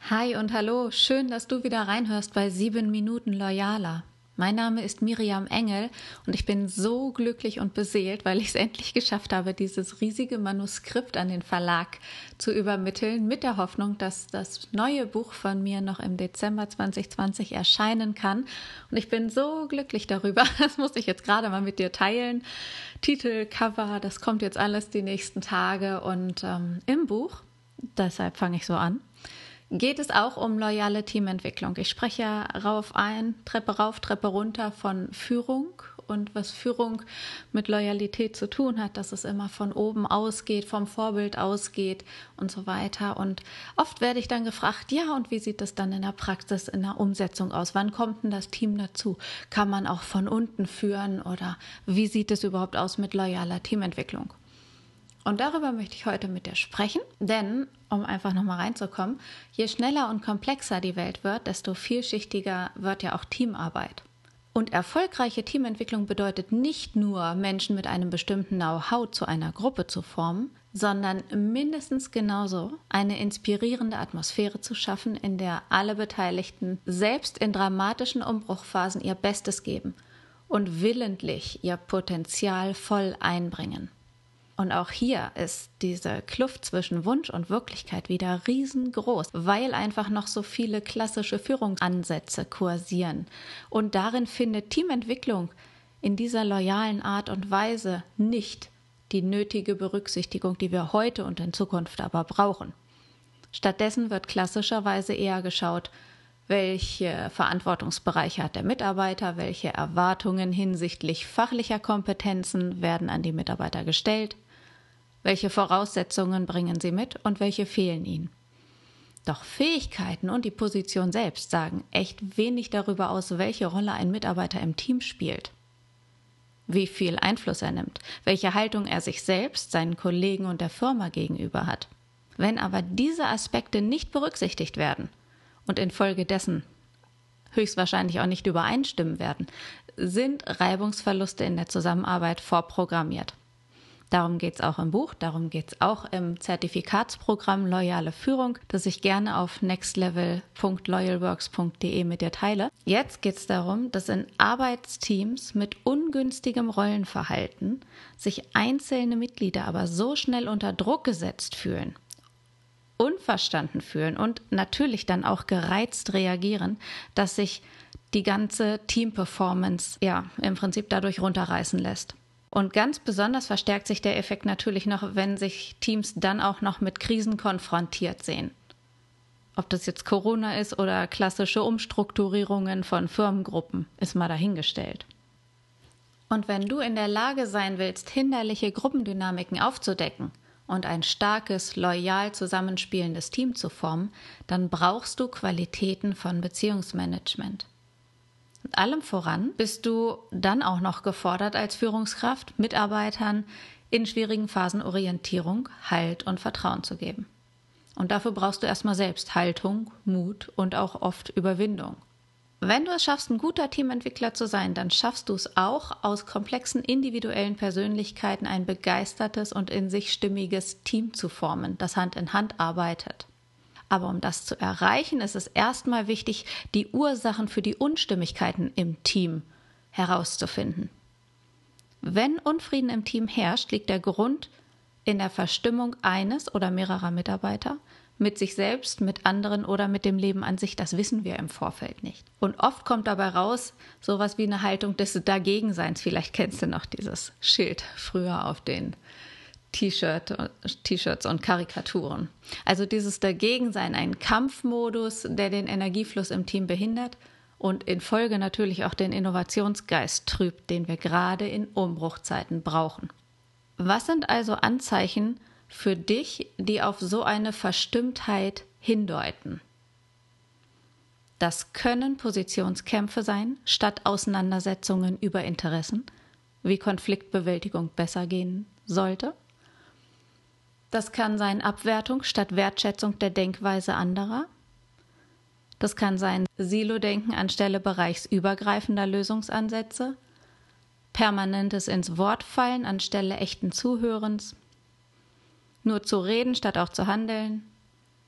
Hi und hallo, schön, dass du wieder reinhörst bei 7 Minuten Loyaler. Mein Name ist Miriam Engel und ich bin so glücklich und beseelt, weil ich es endlich geschafft habe, dieses riesige Manuskript an den Verlag zu übermitteln, mit der Hoffnung, dass das neue Buch von mir noch im Dezember 2020 erscheinen kann. Und ich bin so glücklich darüber, das muss ich jetzt gerade mal mit dir teilen. Titel, Cover, das kommt jetzt alles die nächsten Tage und im Buch, deshalb fange ich so an, geht es auch um loyale Teamentwicklung. Ich spreche Treppe rauf, Treppe runter von Führung und was Führung mit Loyalität zu tun hat, dass es immer von oben ausgeht, vom Vorbild ausgeht und so weiter. Und oft werde ich dann gefragt, ja, und wie sieht das dann in der Praxis, in der Umsetzung aus? Wann kommt denn das Team dazu? Kann man auch von unten führen oder wie sieht es überhaupt aus mit loyaler Teamentwicklung? Und darüber möchte ich heute mit dir sprechen, denn, um einfach nochmal reinzukommen, je schneller und komplexer die Welt wird, desto vielschichtiger wird ja auch Teamarbeit. Und erfolgreiche Teamentwicklung bedeutet nicht nur, Menschen mit einem bestimmten Know-how zu einer Gruppe zu formen, sondern mindestens genauso eine inspirierende Atmosphäre zu schaffen, in der alle Beteiligten selbst in dramatischen Umbruchphasen ihr Bestes geben und willentlich ihr Potenzial voll einbringen. Und auch hier ist diese Kluft zwischen Wunsch und Wirklichkeit wieder riesengroß, weil einfach noch so viele klassische Führungsansätze kursieren. Und darin findet Teamentwicklung in dieser loyalen Art und Weise nicht die nötige Berücksichtigung, die wir heute und in Zukunft aber brauchen. Stattdessen wird klassischerweise eher geschaut, welche Verantwortungsbereiche hat der Mitarbeiter, welche Erwartungen hinsichtlich fachlicher Kompetenzen werden an die Mitarbeiter gestellt, welche Voraussetzungen bringen sie mit und welche fehlen ihnen. Doch Fähigkeiten und die Position selbst sagen echt wenig darüber aus, welche Rolle ein Mitarbeiter im Team spielt, wie viel Einfluss er nimmt, welche Haltung er sich selbst, seinen Kollegen und der Firma gegenüber hat. Wenn aber diese Aspekte nicht berücksichtigt werden und infolgedessen höchstwahrscheinlich auch nicht übereinstimmen werden, sind Reibungsverluste in der Zusammenarbeit vorprogrammiert. Darum geht es auch im Buch, darum geht es auch im Zertifikatsprogramm Loyale Führung, das ich gerne auf nextlevel.loyalworks.de mit dir teile. Jetzt geht es darum, dass in Arbeitsteams mit ungünstigem Rollenverhalten sich einzelne Mitglieder aber so schnell unter Druck gesetzt fühlen, unverstanden fühlen und natürlich dann auch gereizt reagieren, dass sich die ganze Teamperformance im Prinzip dadurch runterreißen lässt. Und ganz besonders verstärkt sich der Effekt natürlich noch, wenn sich Teams dann auch noch mit Krisen konfrontiert sehen. Ob das jetzt Corona ist oder klassische Umstrukturierungen von Firmengruppen, ist mal dahingestellt. Und wenn du in der Lage sein willst, hinderliche Gruppendynamiken aufzudecken und ein starkes, loyal zusammenspielendes Team zu formen, dann brauchst du Qualitäten von Beziehungsmanagement. Und allem voran bist du dann auch noch gefordert als Führungskraft, Mitarbeitern in schwierigen Phasen Orientierung, Halt und Vertrauen zu geben. Und dafür brauchst du erstmal selbst Haltung, Mut und auch oft Überwindung. Wenn du es schaffst, ein guter Teamentwickler zu sein, dann schaffst du es auch, aus komplexen individuellen Persönlichkeiten ein begeistertes und in sich stimmiges Team zu formen, das Hand in Hand arbeitet. Aber um das zu erreichen, ist es erstmal wichtig, die Ursachen für die Unstimmigkeiten im Team herauszufinden. Wenn Unfrieden im Team herrscht, liegt der Grund in der Verstimmung eines oder mehrerer Mitarbeiter mit sich selbst, mit anderen oder mit dem Leben an sich. Das wissen wir im Vorfeld nicht. Und oft kommt dabei raus sowas wie eine Haltung des Dagegenseins. Vielleicht kennst du noch dieses Schild früher auf den T-Shirts und Karikaturen. Also dieses Dagegensein, ein Kampfmodus, der den Energiefluss im Team behindert und in Folge natürlich auch den Innovationsgeist trübt, den wir gerade in Umbruchzeiten brauchen. Was sind also Anzeichen für dich, die auf so eine Verstimmtheit hindeuten? Das können Positionskämpfe sein, statt Auseinandersetzungen über Interessen, wie Konfliktbewältigung besser gehen sollte. Das kann sein Abwertung statt Wertschätzung der Denkweise anderer. Das kann sein Silo-Denken anstelle bereichsübergreifender Lösungsansätze, permanentes ins Wort fallen anstelle echten Zuhörens, nur zu reden statt auch zu handeln,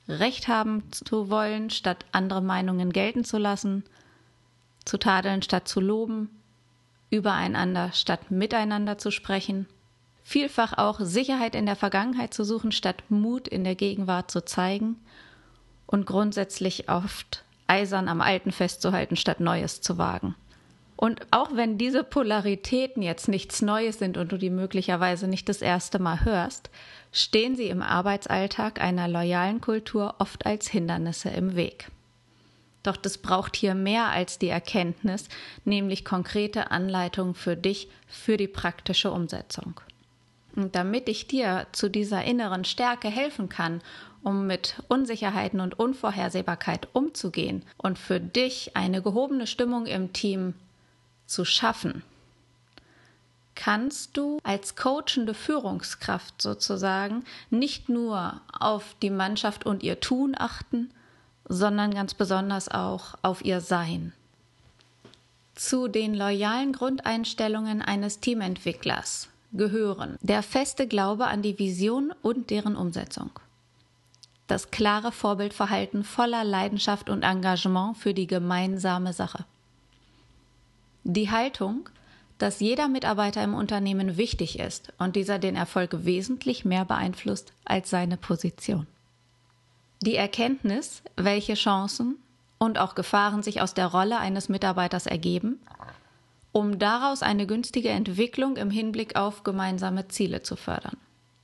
Recht haben zu wollen, statt andere Meinungen gelten zu lassen, zu tadeln statt zu loben, übereinander statt miteinander zu sprechen, vielfach auch Sicherheit in der Vergangenheit zu suchen, statt Mut in der Gegenwart zu zeigen und grundsätzlich oft eisern am Alten festzuhalten, statt Neues zu wagen. Und auch wenn diese Polaritäten jetzt nichts Neues sind und du die möglicherweise nicht das erste Mal hörst, stehen sie im Arbeitsalltag einer loyalen Kultur oft als Hindernisse im Weg. Doch das braucht hier mehr als die Erkenntnis, nämlich konkrete Anleitungen für dich, für die praktische Umsetzung. Und damit ich dir zu dieser inneren Stärke helfen kann, um mit Unsicherheiten und Unvorhersehbarkeit umzugehen und für dich eine gehobene Stimmung im Team zu schaffen, kannst du als coachende Führungskraft sozusagen nicht nur auf die Mannschaft und ihr Tun achten, sondern ganz besonders auch auf ihr Sein. Zu den loyalen Grundeinstellungen eines Teamentwicklers gehören der feste Glaube an die Vision und deren Umsetzung, das klare Vorbildverhalten voller Leidenschaft und Engagement für die gemeinsame Sache, die Haltung, dass jeder Mitarbeiter im Unternehmen wichtig ist und dieser den Erfolg wesentlich mehr beeinflusst als seine Position. Die Erkenntnis, welche Chancen und auch Gefahren sich aus der Rolle eines Mitarbeiters ergeben, um daraus eine günstige Entwicklung im Hinblick auf gemeinsame Ziele zu fördern.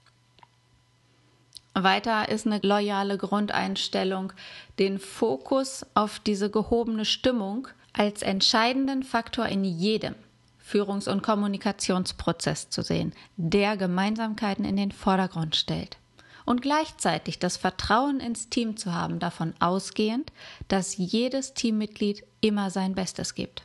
Weiter ist eine loyale Grundeinstellung, den Fokus auf diese gehobene Stimmung als entscheidenden Faktor in jedem Führungs- und Kommunikationsprozess zu sehen, der Gemeinsamkeiten in den Vordergrund stellt. Und gleichzeitig das Vertrauen ins Team zu haben, davon ausgehend, dass jedes Teammitglied immer sein Bestes gibt.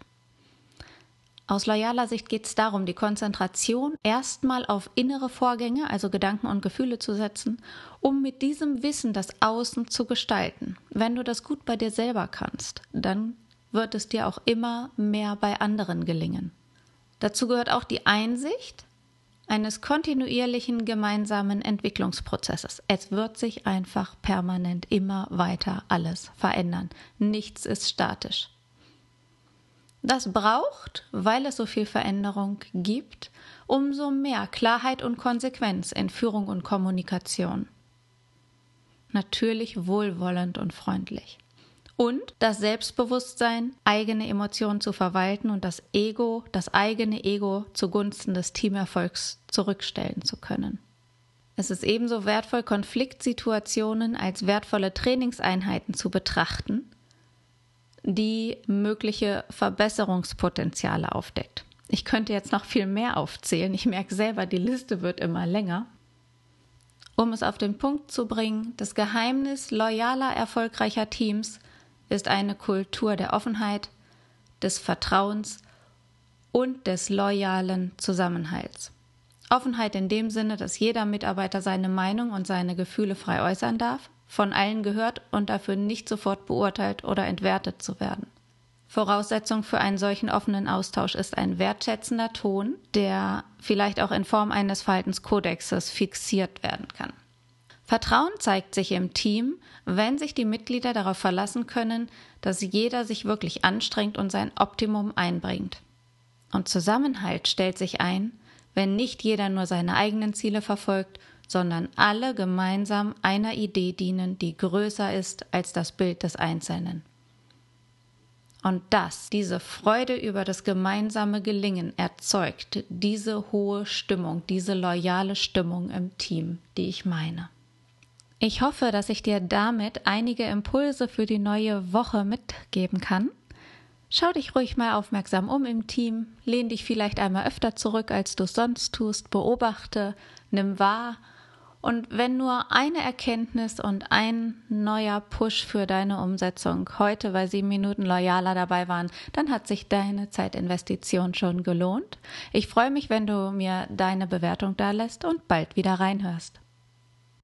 Aus loyaler Sicht geht es darum, die Konzentration erstmal auf innere Vorgänge, also Gedanken und Gefühle zu setzen, um mit diesem Wissen das Außen zu gestalten. Wenn du das gut bei dir selber kannst, dann wird es dir auch immer mehr bei anderen gelingen. Dazu gehört auch die Einsicht eines kontinuierlichen gemeinsamen Entwicklungsprozesses. Es wird sich einfach permanent immer weiter alles verändern. Nichts ist statisch. Das braucht, weil es so viel Veränderung gibt, umso mehr Klarheit und Konsequenz in Führung und Kommunikation. Natürlich wohlwollend und freundlich. Und das Selbstbewusstsein, eigene Emotionen zu verwalten und das eigene Ego zugunsten des Teamerfolgs zurückstellen zu können. Es ist ebenso wertvoll, Konfliktsituationen als wertvolle Trainingseinheiten zu betrachten, die mögliche Verbesserungspotenziale aufdeckt. Ich könnte jetzt noch viel mehr aufzählen. Ich merke selber, die Liste wird immer länger. Um es auf den Punkt zu bringen, das Geheimnis loyaler, erfolgreicher Teams ist eine Kultur der Offenheit, des Vertrauens und des loyalen Zusammenhalts. Offenheit in dem Sinne, dass jeder Mitarbeiter seine Meinung und seine Gefühle frei äußern darf, von allen gehört und dafür nicht sofort beurteilt oder entwertet zu werden. Voraussetzung für einen solchen offenen Austausch ist ein wertschätzender Ton, der vielleicht auch in Form eines Verhaltenskodexes fixiert werden kann. Vertrauen zeigt sich im Team, wenn sich die Mitglieder darauf verlassen können, dass jeder sich wirklich anstrengt und sein Optimum einbringt. Und Zusammenhalt stellt sich ein, wenn nicht jeder nur seine eigenen Ziele verfolgt, sondern alle gemeinsam einer Idee dienen, die größer ist als das Bild des Einzelnen. Und diese Freude über das gemeinsame Gelingen erzeugt diese hohe Stimmung, diese loyale Stimmung im Team, die ich meine. Ich hoffe, dass ich dir damit einige Impulse für die neue Woche mitgeben kann. Schau dich ruhig mal aufmerksam um im Team, lehn dich vielleicht einmal öfter zurück, als du es sonst tust, beobachte, nimm wahr. Und wenn nur eine Erkenntnis und ein neuer Push für deine Umsetzung heute bei 7 Minuten loyaler dabei waren, dann hat sich deine Zeitinvestition schon gelohnt. Ich freue mich, wenn du mir deine Bewertung da lässt und bald wieder reinhörst.